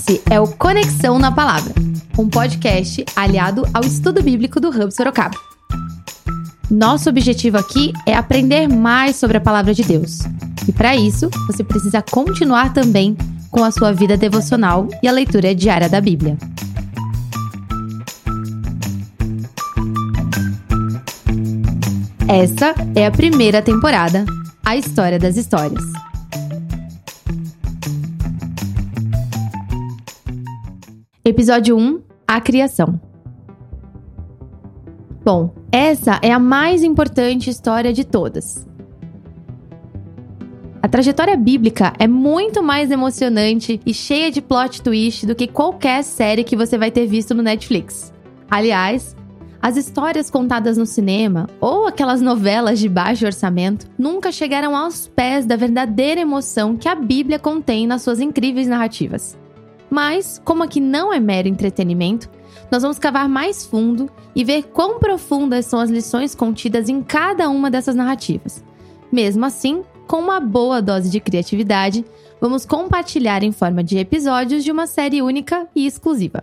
Esse é o Conexão na Palavra, um podcast aliado ao estudo bíblico do Hub Sorocaba. Nosso objetivo aqui é aprender mais sobre a Palavra de Deus. E para isso, você precisa continuar também com a sua vida devocional e a leitura diária da Bíblia. Essa é a primeira temporada, A História das Histórias. Episódio 1, A Criação. Bom, essa é a mais importante história de todas. A trajetória bíblica é muito mais emocionante e cheia de plot twist do que qualquer série que você vai ter visto no Netflix. Aliás, as histórias contadas no cinema ou aquelas novelas de baixo orçamento nunca chegaram aos pés da verdadeira emoção que a Bíblia contém nas suas incríveis narrativas. Mas, como aqui não é mero entretenimento, nós vamos cavar mais fundo e ver quão profundas são as lições contidas em cada uma dessas narrativas. Mesmo assim, com uma boa dose de criatividade, vamos compartilhar em forma de episódios de uma série única e exclusiva.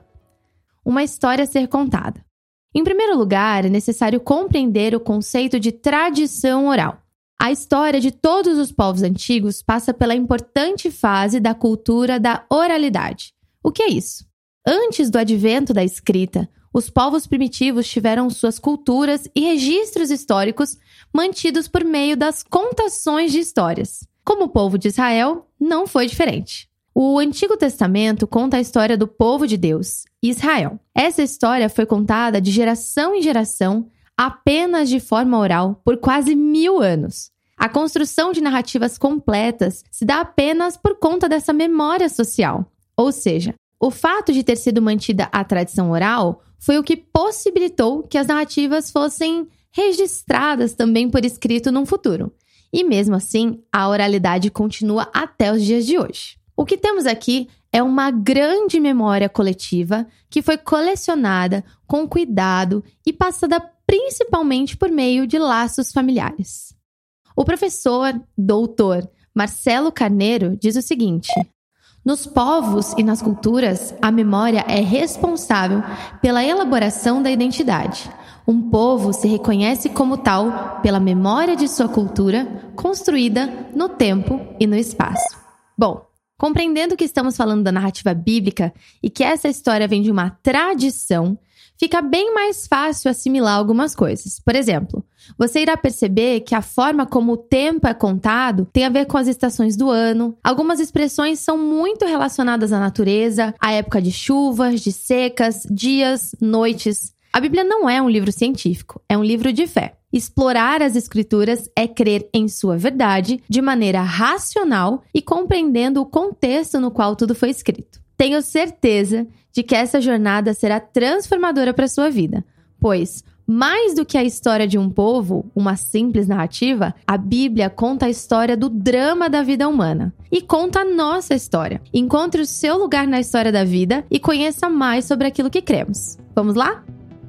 Uma história a ser contada. Em primeiro lugar, é necessário compreender o conceito de tradição oral. A história de todos os povos antigos passa pela importante fase da cultura da oralidade. O que é isso? Antes do advento da escrita, os povos primitivos tiveram suas culturas e registros históricos mantidos por meio das contações de histórias. Como o povo de Israel, não foi diferente. O Antigo Testamento conta a história do povo de Deus, Israel. Essa história foi contada de geração em geração, apenas de forma oral, por quase 1000 anos. A construção de narrativas completas se dá apenas por conta dessa memória social. Ou seja, o fato de ter sido mantida a tradição oral foi o que possibilitou que as narrativas fossem registradas também por escrito no futuro. E mesmo assim, a oralidade continua até os dias de hoje. O que temos aqui é uma grande memória coletiva que foi colecionada com cuidado e passada principalmente por meio de laços familiares. O professor, doutor Marcelo Carneiro diz o seguinte: nos povos e nas culturas, a memória é responsável pela elaboração da identidade. Um povo se reconhece como tal pela memória de sua cultura, construída no tempo e no espaço. Bom, compreendendo que estamos falando da narrativa bíblica e que essa história vem de uma tradição, fica bem mais fácil assimilar algumas coisas. Por exemplo, você irá perceber que a forma como o tempo é contado tem a ver com as estações do ano. Algumas expressões são muito relacionadas à natureza, à época de chuvas, de secas, dias, noites. A Bíblia não é um livro científico, é um livro de fé. Explorar as Escrituras é crer em sua verdade de maneira racional e compreendendo o contexto no qual tudo foi escrito. Tenho certeza de que essa jornada será transformadora para a sua vida, pois, mais do que a história de um povo, uma simples narrativa, a Bíblia conta a história do drama da vida humana. E conta a nossa história. Encontre o seu lugar na história da vida e conheça mais sobre aquilo que cremos. Vamos lá?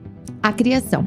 A criação.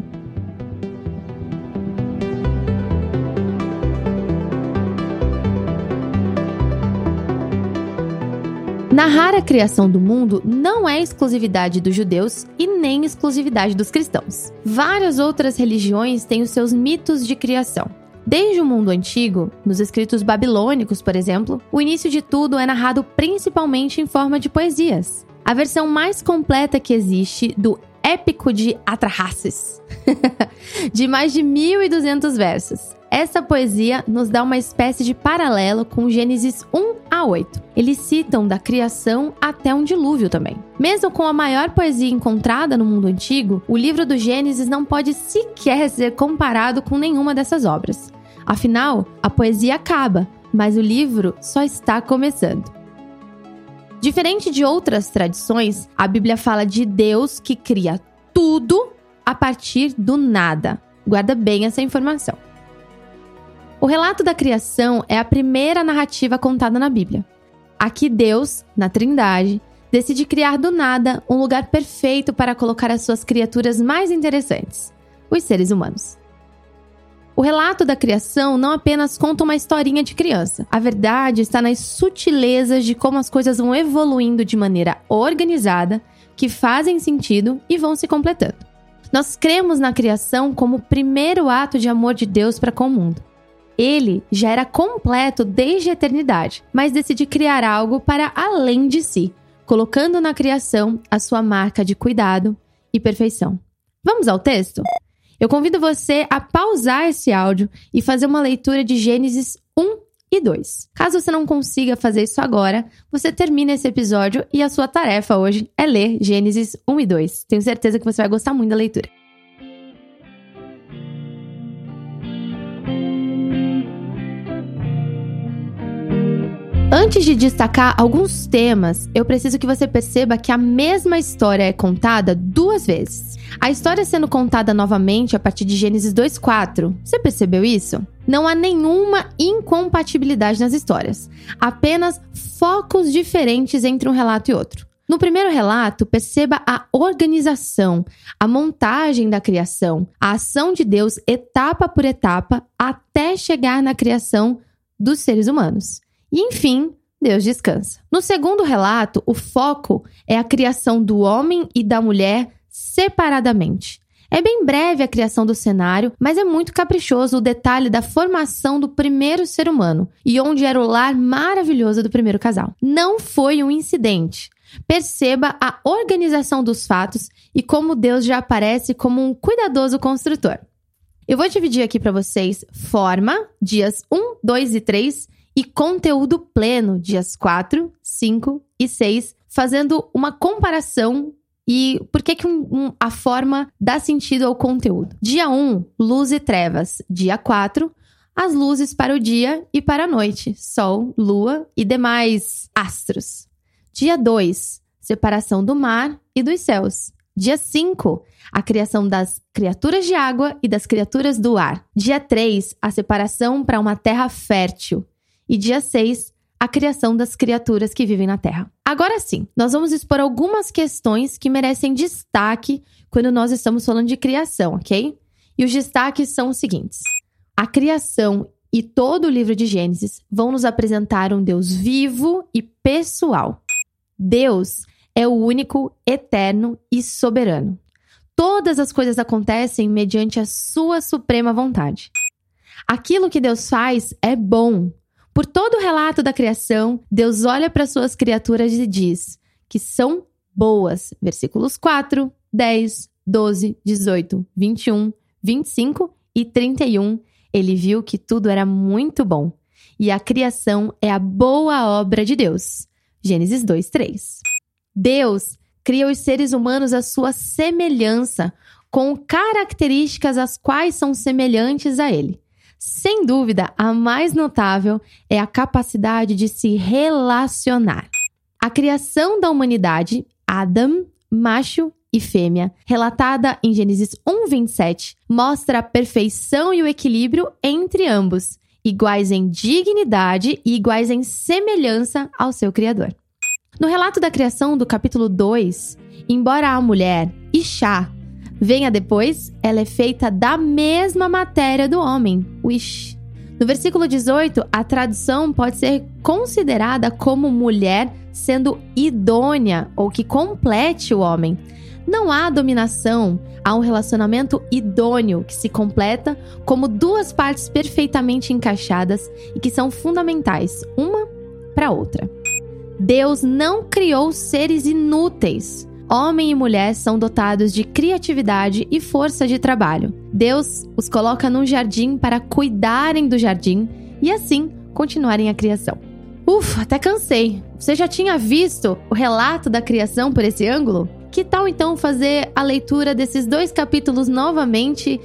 Narrar a criação do mundo não é exclusividade dos judeus e nem exclusividade dos cristãos. Várias outras religiões têm os seus mitos de criação. Desde o mundo antigo, nos escritos babilônicos, por exemplo, o início de tudo é narrado principalmente em forma de poesias. A versão mais completa que existe do Épico de Atrahasis, de mais de 1.200 versos. Essa poesia nos dá uma espécie de paralelo com Gênesis 1 a 8. Eles citam da criação até um dilúvio também. Mesmo com a maior poesia encontrada no mundo antigo, o livro do Gênesis não pode sequer ser comparado com nenhuma dessas obras. Afinal, a poesia acaba, mas o livro só está começando. Diferente de outras tradições, a Bíblia fala de Deus que cria tudo a partir do nada. Guarda bem essa informação. O relato da criação é a primeira narrativa contada na Bíblia. Aqui Deus, na Trindade, decide criar do nada um lugar perfeito para colocar as suas criaturas mais interessantes, os seres humanos. O relato da criação não apenas conta uma historinha de criança. A verdade está nas sutilezas de como as coisas vão evoluindo de maneira organizada, que fazem sentido e vão se completando. Nós cremos na criação como o primeiro ato de amor de Deus para com o mundo. Ele já era completo desde a eternidade, mas decidiu criar algo para além de si, colocando na criação a sua marca de cuidado e perfeição. Vamos ao texto? Eu convido você a pausar esse áudio e fazer uma leitura de Gênesis 1 e 2. Caso você não consiga fazer isso agora, você termina esse episódio e a sua tarefa hoje é ler Gênesis 1 e 2. Tenho certeza que você vai gostar muito da leitura. Antes de destacar alguns temas, eu preciso que você perceba que a mesma história é contada 2 vezes. A história sendo contada novamente a partir de Gênesis 2:4. Você percebeu isso? Não há nenhuma incompatibilidade nas histórias, apenas focos diferentes entre um relato e outro. No primeiro relato, perceba a organização, a montagem da criação, a ação de Deus etapa por etapa até chegar na criação dos seres humanos. E, enfim, Deus descansa. No segundo relato, o foco é a criação do homem e da mulher separadamente. É bem breve a criação do cenário, mas é muito caprichoso o detalhe da formação do primeiro ser humano e onde era o lar maravilhoso do primeiro casal. Não foi um incidente. Perceba a organização dos fatos e como Deus já aparece como um cuidadoso construtor. Eu vou dividir aqui para vocês forma, dias 1, 2 e 3, e conteúdo pleno, dias 4, 5 e 6, fazendo uma comparação e por que a forma dá sentido ao conteúdo. Dia 1, luz e trevas. Dia 4, as luzes para o dia e para a noite, sol, lua e demais astros. Dia 2, separação do mar e dos céus. Dia 5, a criação das criaturas de água e das criaturas do ar. Dia 3, a separação para uma terra fértil. E dia 6, a criação das criaturas que vivem na Terra. Agora sim, nós vamos expor algumas questões que merecem destaque quando nós estamos falando de criação, ok? E os destaques são os seguintes. A criação e todo o livro de Gênesis vão nos apresentar um Deus vivo e pessoal. Deus é o único, eterno e soberano. Todas as coisas acontecem mediante a sua suprema vontade. Aquilo que Deus faz é bom. Por todo o relato da criação, Deus olha para suas criaturas e diz que são boas. Versículos 4, 10, 12, 18, 21, 25 e 31. Ele viu que tudo era muito bom. E a criação é a boa obra de Deus. Gênesis 2, 3. Deus cria os seres humanos à sua semelhança, com características as quais são semelhantes a ele. Sem dúvida, a mais notável é a capacidade de se relacionar. A criação da humanidade, Adão, macho e fêmea, relatada em Gênesis 1:27, mostra a perfeição e o equilíbrio entre ambos, iguais em dignidade e iguais em semelhança ao seu Criador. No relato da criação do capítulo 2, embora a mulher, Ishá, venha depois, ela é feita da mesma matéria do homem, o Ish. No versículo 18, a tradução pode ser considerada como mulher sendo idônea ou que complete o homem. Não há dominação, há um relacionamento idôneo que se completa como 2 partes perfeitamente encaixadas e que são fundamentais, uma para a outra. Deus não criou seres inúteis. Homem e mulher são dotados de criatividade e força de trabalho. Deus os coloca num jardim para cuidarem do jardim e assim continuarem a criação. Até cansei. Você já tinha visto o relato da criação por esse ângulo? Que tal então fazer a leitura desses 2 capítulos novamente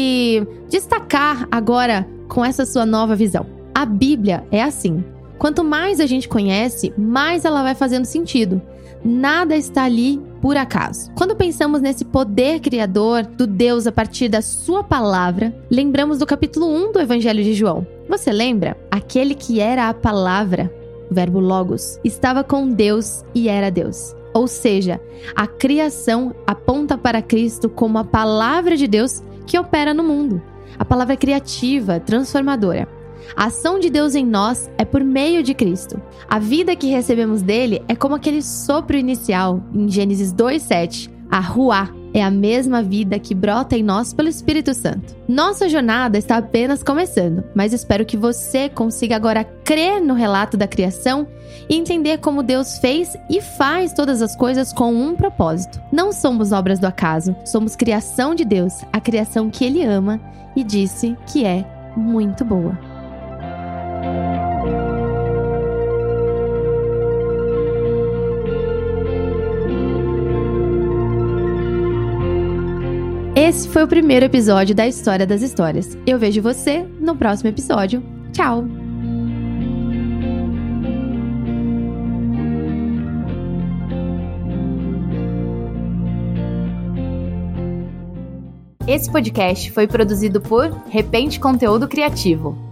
e destacar agora com essa sua nova visão? A Bíblia é assim. Quanto mais a gente conhece, mais ela vai fazendo sentido. Nada está ali por acaso. Quando pensamos nesse poder criador do Deus a partir da sua palavra, lembramos do capítulo 1 do Evangelho de João. Você lembra? Aquele que era a palavra, o verbo logos, estava com Deus e era Deus. Ou seja, a criação aponta para Cristo como a palavra de Deus que opera no mundo. A palavra criativa, transformadora. A ação de Deus em nós é por meio de Cristo. A vida que recebemos dele é como aquele sopro inicial, em Gênesis 2:7. A Ruá é a mesma vida que brota em nós pelo Espírito Santo. Nossa jornada está apenas começando, mas espero que você consiga agora crer no relato da criação e entender como Deus fez e faz todas as coisas com um propósito. Não somos obras do acaso, somos criação de Deus, a criação que Ele ama e disse que é muito boa. Esse foi o primeiro episódio da História das Histórias. Eu vejo você no próximo episódio. Tchau! Esse podcast foi produzido por Repente Conteúdo Criativo.